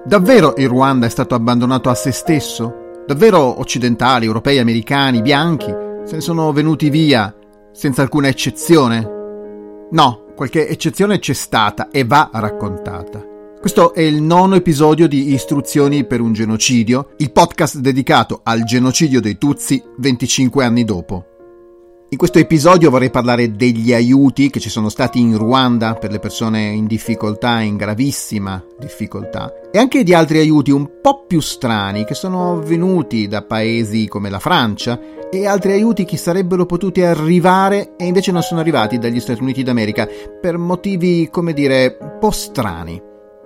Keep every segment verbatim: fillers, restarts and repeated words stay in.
Davvero il Ruanda è stato abbandonato a se stesso? Davvero occidentali, europei, americani, bianchi se ne sono venuti via senza alcuna eccezione? No, qualche eccezione c'è stata e va raccontata. Questo è il nono episodio di Istruzioni per un genocidio, il podcast dedicato al genocidio dei Tutsi venticinque anni dopo. In questo episodio vorrei parlare degli aiuti che ci sono stati in Ruanda per le persone in difficoltà, in gravissima difficoltà, e anche di altri aiuti un po' più strani che sono venuti da paesi come la Francia e altri aiuti che sarebbero potuti arrivare e invece non sono arrivati dagli Stati Uniti d'America per motivi, come dire, un po' strani.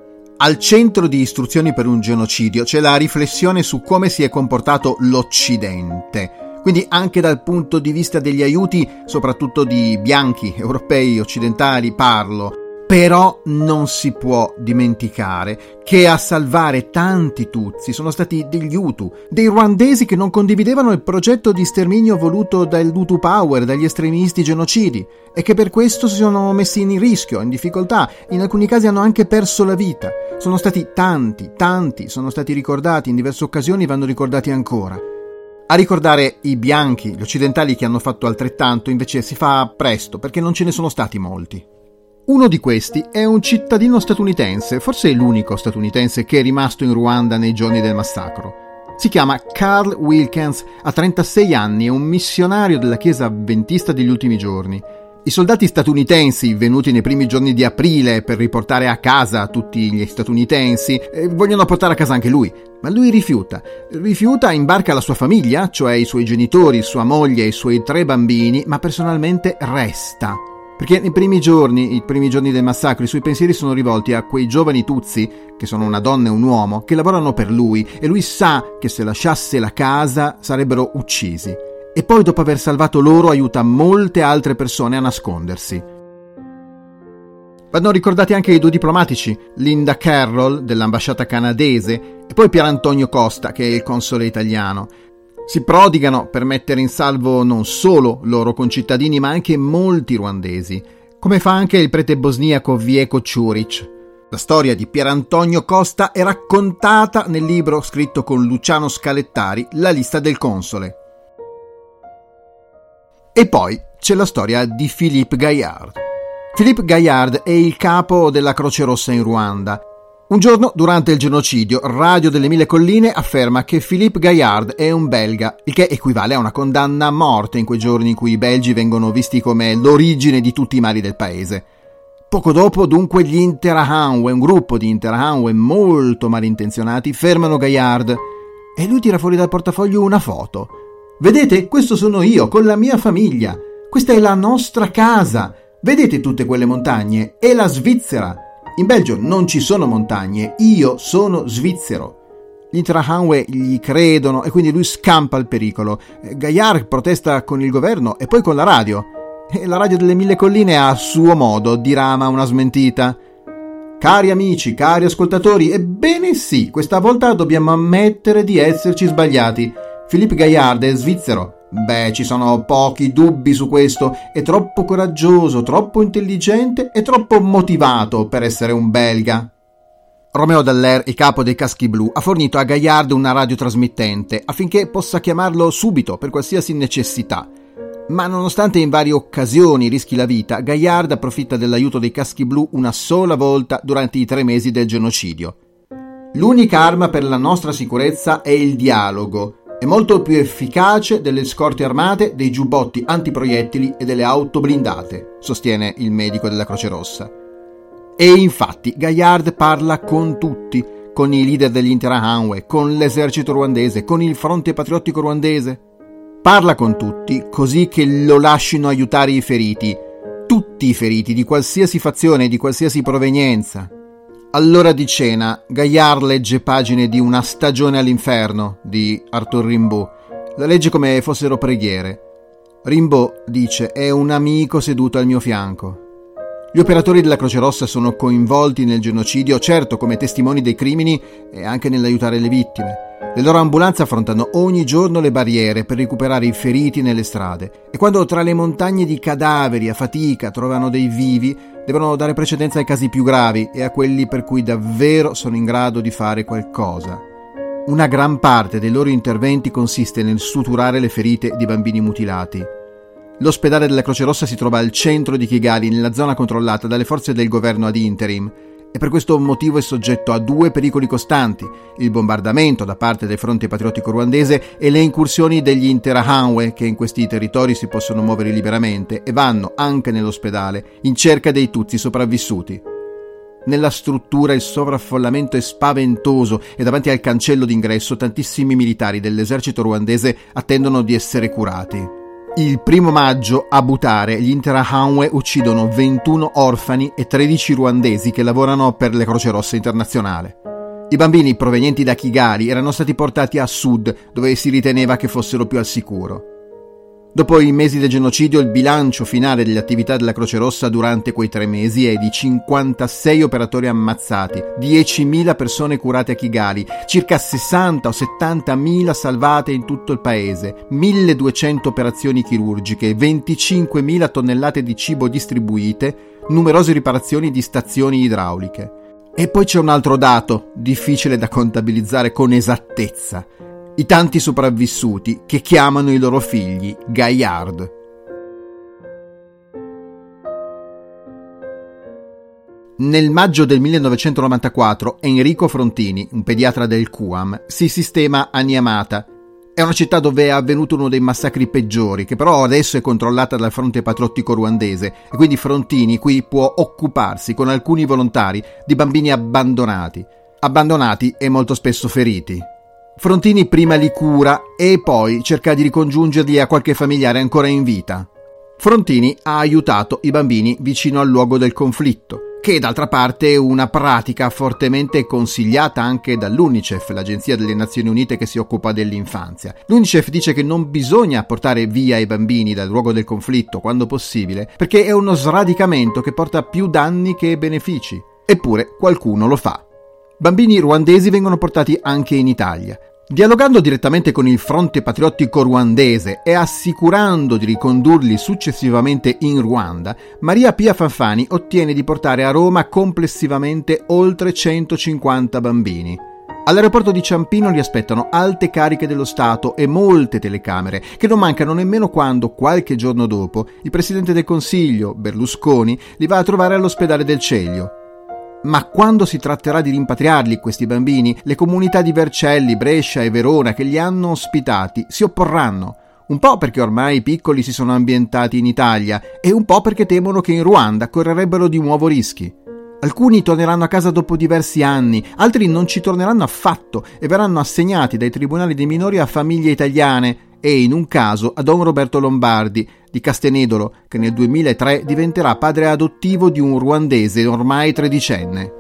Al centro di Istruzioni per un genocidio c'è la riflessione su come si è comportato l'Occidente. Quindi anche dal punto di vista degli aiuti, soprattutto di bianchi, europei, occidentali, parlo. Però non si può dimenticare che a salvare tanti Tutsi sono stati degli Hutu, dei ruandesi che non condividevano il progetto di sterminio voluto dal Hutu Power, dagli estremisti genocidi, e che per questo si sono messi in rischio, in difficoltà, in alcuni casi hanno anche perso la vita. Sono stati tanti, tanti, sono stati ricordati in diverse occasioni e vanno ricordati ancora. A ricordare i bianchi, gli occidentali che hanno fatto altrettanto, invece si fa presto, perché non ce ne sono stati molti. Uno di questi è un cittadino statunitense, forse è l'unico statunitense che è rimasto in Ruanda nei giorni del massacro. Si chiama Carl Wilkens, ha trentasei anni, è un missionario della chiesa avventista degli ultimi giorni. I soldati statunitensi, venuti nei primi giorni di aprile per riportare a casa tutti gli statunitensi, eh, vogliono portare a casa anche lui, ma lui rifiuta. Rifiuta, imbarca la sua famiglia, cioè i suoi genitori, sua moglie e i suoi tre bambini, ma personalmente resta. Perché nei primi giorni, i primi giorni del massacro, i suoi pensieri sono rivolti a quei giovani Tutsi, che sono una donna e un uomo, che lavorano per lui, e lui sa che se lasciasse la casa sarebbero uccisi. E poi, dopo aver salvato loro, aiuta molte altre persone a nascondersi. Vanno ricordati anche i due diplomatici, Linda Carroll dell'ambasciata canadese e poi Pier Antonio Costa, che è il console italiano. Si prodigano per mettere in salvo non solo loro concittadini ma anche molti ruandesi, come fa anche il prete bosniaco Vjeko Ćurić. La storia di Pier Antonio Costa è raccontata nel libro scritto con Luciano Scalettari, La lista del console. E poi c'è la storia di Philippe Gaillard. Philippe Gaillard è il capo della Croce Rossa in Ruanda. Un giorno, durante il genocidio, Radio delle Mille Colline afferma che Philippe Gaillard è un belga, il che equivale a una condanna a morte in quei giorni in cui i belgi vengono visti come l'origine di tutti i mali del paese. Poco dopo, dunque, gli Interahamwe, un gruppo di Interahamwe molto malintenzionati, fermano Gaillard e lui tira fuori dal portafoglio una foto. Vedete, questo sono io, con la mia famiglia. Questa è la nostra casa. Vedete tutte quelle montagne? È la Svizzera. In Belgio non ci sono montagne, io sono svizzero. Gli Interahamwe gli credono e quindi lui scampa il pericolo. Gaillard protesta con il governo e poi con la radio. E la Radio delle Mille Colline a suo modo dirama una smentita. Cari amici, cari ascoltatori, ebbene sì, questa volta dobbiamo ammettere di esserci sbagliati. Philippe Gaillard è svizzero. Beh, ci sono pochi dubbi su questo. È troppo coraggioso, troppo intelligente e troppo motivato per essere un belga. Romeo Dallaire, il capo dei Caschi Blu, ha fornito a Gaillard una radiotrasmittente affinché possa chiamarlo subito per qualsiasi necessità. Ma nonostante in varie occasioni rischi la vita, Gaillard approfitta dell'aiuto dei Caschi Blu una sola volta durante i tre mesi del genocidio. L'unica arma per la nostra sicurezza è il dialogo. È molto più efficace delle scorte armate, dei giubbotti antiproiettili e delle auto blindate, sostiene il medico della Croce Rossa. E infatti Gaillard parla con tutti, con i leader degli Interahamwe, con l'esercito ruandese, con il fronte patriottico ruandese. Parla con tutti così che lo lascino aiutare i feriti, tutti i feriti di qualsiasi fazione e di qualsiasi provenienza. All'ora di cena, Gaillard legge pagine di Una stagione all'inferno di Arthur Rimbaud. La legge come fossero preghiere. Rimbaud, dice, è un amico seduto al mio fianco. Gli operatori della Croce Rossa sono coinvolti nel genocidio, certo come testimoni dei crimini e anche nell'aiutare le vittime. Le loro ambulanze affrontano ogni giorno le barriere per recuperare i feriti nelle strade e quando tra le montagne di cadaveri a fatica trovano dei vivi, Devono dare precedenza ai casi più gravi e a quelli per cui davvero sono in grado di fare qualcosa. Una gran parte dei loro interventi consiste nel suturare le ferite di bambini mutilati. L'ospedale della Croce Rossa si trova al centro di Kigali, nella zona controllata dalle forze del governo ad interim, e per questo motivo è soggetto a due pericoli costanti: il bombardamento da parte del fronte patriottico ruandese e le incursioni degli Interahamwe, che in questi territori si possono muovere liberamente e vanno anche nell'ospedale in cerca dei Tutsi sopravvissuti. Nella struttura il sovraffollamento è spaventoso e davanti al cancello d'ingresso tantissimi militari dell'esercito ruandese attendono di essere curati. Il primo maggio a Butare gli Interahamwe uccidono ventuno orfani e tredici ruandesi che lavorano per la Croce Rossa Internazionale. I bambini provenienti da Kigali erano stati portati a sud, dove si riteneva che fossero più al sicuro. Dopo i mesi del genocidio, il bilancio finale delle attività della Croce Rossa durante quei tre mesi è di cinquantasei operatori ammazzati, diecimila persone curate a Kigali, circa sessanta o settantamila salvate in tutto il paese, milleduecento operazioni chirurgiche, venticinquemila tonnellate di cibo distribuite, numerose riparazioni di stazioni idrauliche. E poi c'è un altro dato, difficile da contabilizzare con esattezza: i tanti sopravvissuti che chiamano i loro figli Gaillard. Nel maggio del millenovecentonovantaquattro Enrico Frontini, un pediatra del Q A M, si sistema a Nyamata. È una città dove è avvenuto uno dei massacri peggiori, che però adesso è controllata dal fronte patriottico ruandese, e quindi Frontini qui può occuparsi con alcuni volontari di bambini abbandonati, abbandonati e molto spesso feriti. Frontini prima li cura e poi cerca di ricongiungerli a qualche familiare ancora in vita. Frontini ha aiutato i bambini vicino al luogo del conflitto, che d'altra parte è una pratica fortemente consigliata anche dall'UNICEF, l'agenzia delle Nazioni Unite che si occupa dell'infanzia. L'UNICEF dice che non bisogna portare via i bambini dal luogo del conflitto quando possibile, perché è uno sradicamento che porta più danni che benefici. Eppure qualcuno lo fa. Bambini ruandesi vengono portati anche in Italia. Dialogando direttamente con il fronte patriottico ruandese e assicurando di ricondurli successivamente in Ruanda, Maria Pia Fanfani ottiene di portare a Roma complessivamente oltre centocinquanta bambini. All'aeroporto di Ciampino li aspettano alte cariche dello Stato e molte telecamere, che non mancano nemmeno quando, qualche giorno dopo, il presidente del Consiglio, Berlusconi, li va a trovare all'ospedale del Celio. Ma quando si tratterà di rimpatriarli questi bambini, le comunità di Vercelli, Brescia e Verona che li hanno ospitati si opporranno, un po' perché ormai i piccoli si sono ambientati in Italia e un po' perché temono che in Ruanda correrebbero di nuovo rischi. Alcuni torneranno a casa dopo diversi anni, altri non ci torneranno affatto e verranno assegnati dai tribunali dei minori a famiglie italiane e, in un caso, a Don Roberto Lombardi di Castenedolo, che nel duemilatré diventerà padre adottivo di un ruandese ormai tredicenne.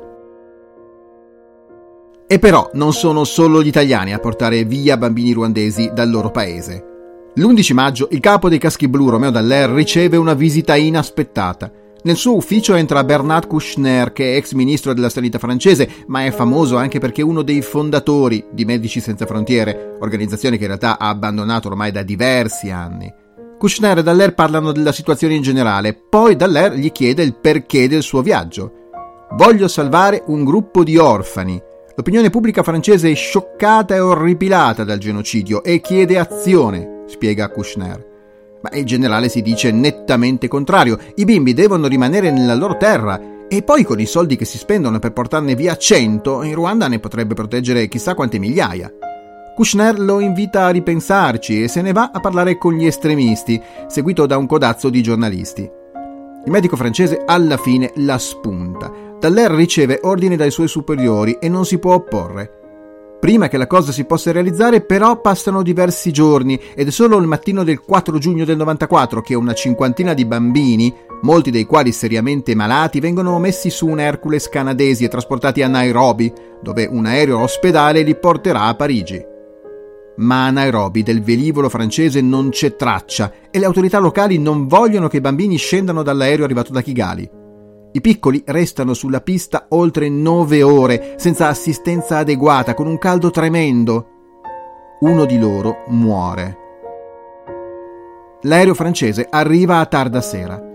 E però non sono solo gli italiani a portare via bambini ruandesi dal loro paese. L'undici maggio il capo dei caschi blu Romeo Dallaire riceve una visita inaspettata. Nel suo ufficio entra Bernard Kouchner, che è ex ministro della sanità francese, ma è famoso anche perché è uno dei fondatori di Medici Senza Frontiere, organizzazione che in realtà ha abbandonato ormai da diversi anni. Kouchner e Dallaire parlano della situazione in generale, poi Dallaire gli chiede il perché del suo viaggio. «Voglio salvare un gruppo di orfani». L'opinione pubblica francese è scioccata e orripilata dal genocidio e chiede azione, spiega Kouchner. Ma in generale si dice nettamente contrario. I bimbi devono rimanere nella loro terra e poi con i soldi che si spendono per portarne via cento, in Ruanda ne potrebbe proteggere chissà quante migliaia. Kouchner lo invita a ripensarci e se ne va a parlare con gli estremisti, seguito da un codazzo di giornalisti. Il medico francese alla fine la spunta. Dallaire riceve ordine dai suoi superiori e non si può opporre. Prima che la cosa si possa realizzare, però, passano diversi giorni ed è solo il mattino del quattro giugno del novantaquattro che una cinquantina di bambini, molti dei quali seriamente malati, vengono messi su un Hercules canadesi e trasportati a Nairobi, dove un aereo ospedale li porterà a Parigi. Ma a Nairobi del velivolo francese non c'è traccia e le autorità locali non vogliono che i bambini scendano dall'aereo arrivato da Kigali. I piccoli restano sulla pista oltre nove ore, senza assistenza adeguata, con un caldo tremendo. Uno di loro muore. L'aereo francese arriva a tarda sera.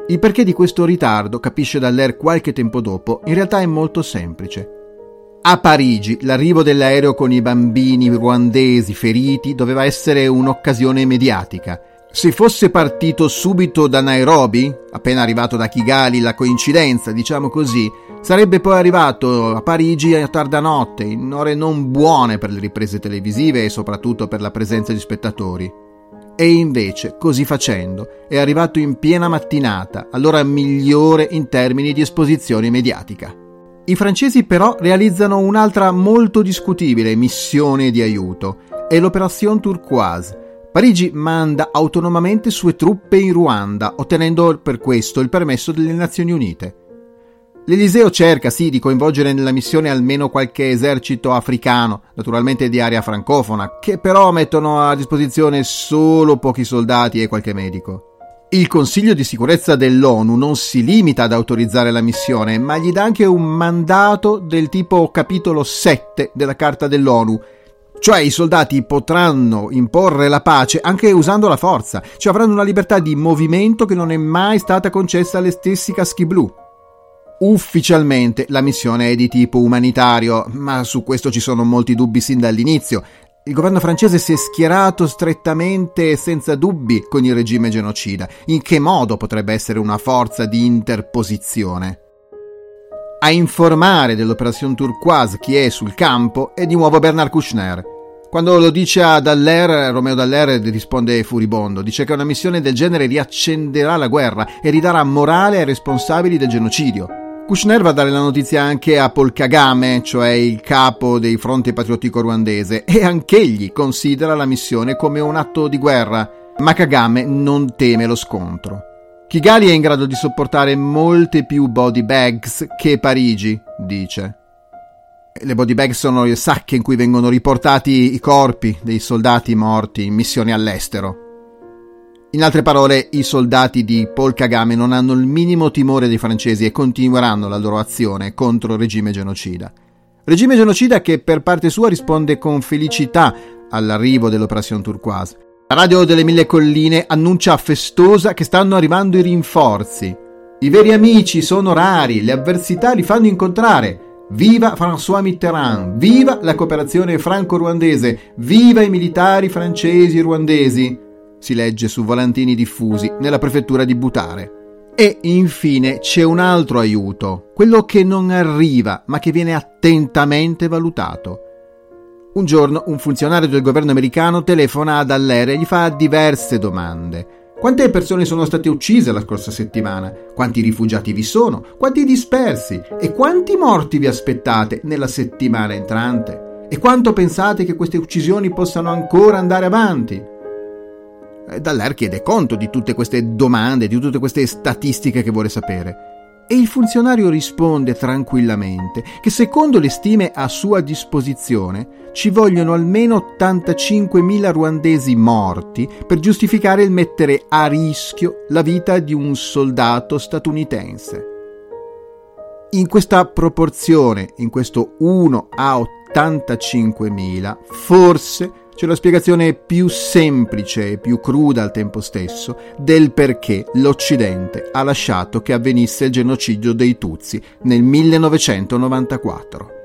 Il perché di questo ritardo, capisce Dallaire qualche tempo dopo, in realtà è molto semplice. A Parigi l'arrivo dell'aereo con i bambini ruandesi feriti doveva essere un'occasione mediatica. Se fosse partito subito da Nairobi, appena arrivato da Kigali, la coincidenza, diciamo così, sarebbe poi arrivato a Parigi a tarda notte, in ore non buone per le riprese televisive e soprattutto per la presenza di spettatori. E invece, così facendo, è arrivato in piena mattinata, all'ora migliore in termini di esposizione mediatica. I francesi però realizzano un'altra molto discutibile missione di aiuto, è l'Opération Turquoise. Parigi manda autonomamente sue truppe in Ruanda, ottenendo per questo il permesso delle Nazioni Unite. L'Eliseo cerca sì di coinvolgere nella missione almeno qualche esercito africano, naturalmente di area francofona, che però mettono a disposizione solo pochi soldati e qualche medico. Il Consiglio di sicurezza dell'ONU non si limita ad autorizzare la missione, ma gli dà anche un mandato del tipo capitolo sette della Carta dell'ONU, cioè i soldati potranno imporre la pace anche usando la forza, cioè avranno una libertà di movimento che non è mai stata concessa alle stessi caschi blu. Ufficialmente la missione è di tipo umanitario, ma su questo ci sono molti dubbi sin dall'inizio. Il governo francese si è schierato strettamente e senza dubbi con il regime genocida. In che modo potrebbe essere una forza di interposizione? A informare dell'Opération Turquoise chi è sul campo è di nuovo Bernard Kouchner. Quando lo dice a Dallaire, Romeo Dallaire risponde furibondo, dice che una missione del genere riaccenderà la guerra e ridarà morale ai responsabili del genocidio. Kouchner va a dare la notizia anche a Paul Kagame, cioè il capo dei fronte patriottico ruandese, e anch'egli considera la missione come un atto di guerra, ma Kagame non teme lo scontro. Kigali è in grado di sopportare molte più body bags che Parigi, dice. Le body bag sono le sacche in cui vengono riportati i corpi dei soldati morti in missioni all'estero. In altre parole, i soldati di Paul Kagame non hanno il minimo timore dei francesi e continueranno la loro azione contro il regime genocida. Regime genocida che per parte sua risponde con felicità all'arrivo dell'Opération Turquoise. La radio delle Mille Colline annuncia festosa che stanno arrivando i rinforzi. I veri amici sono rari, le avversità li fanno incontrare. Viva François Mitterrand, viva la cooperazione franco-ruandese, viva i militari francesi e ruandesi, si legge su volantini diffusi nella prefettura di Butare. E infine c'è un altro aiuto, quello che non arriva ma che viene attentamente valutato. Un giorno un funzionario del governo americano telefona a Dallaire e gli fa diverse domande. Quante persone sono state uccise la scorsa settimana? Quanti rifugiati vi sono? Quanti dispersi? E quanti morti vi aspettate nella settimana entrante? E quanto pensate che queste uccisioni possano ancora andare avanti? Dallaire chiede conto di tutte queste domande, di tutte queste statistiche che vuole sapere. E il funzionario risponde tranquillamente che secondo le stime a sua disposizione ci vogliono almeno ottantacinquemila ruandesi morti per giustificare il mettere a rischio la vita di un soldato statunitense. In questa proporzione, in questo uno a ottantacinquemila, forse c'è la spiegazione più semplice e più cruda al tempo stesso del perché l'Occidente ha lasciato che avvenisse il genocidio dei Tutsi nel millenovecentonovantaquattro.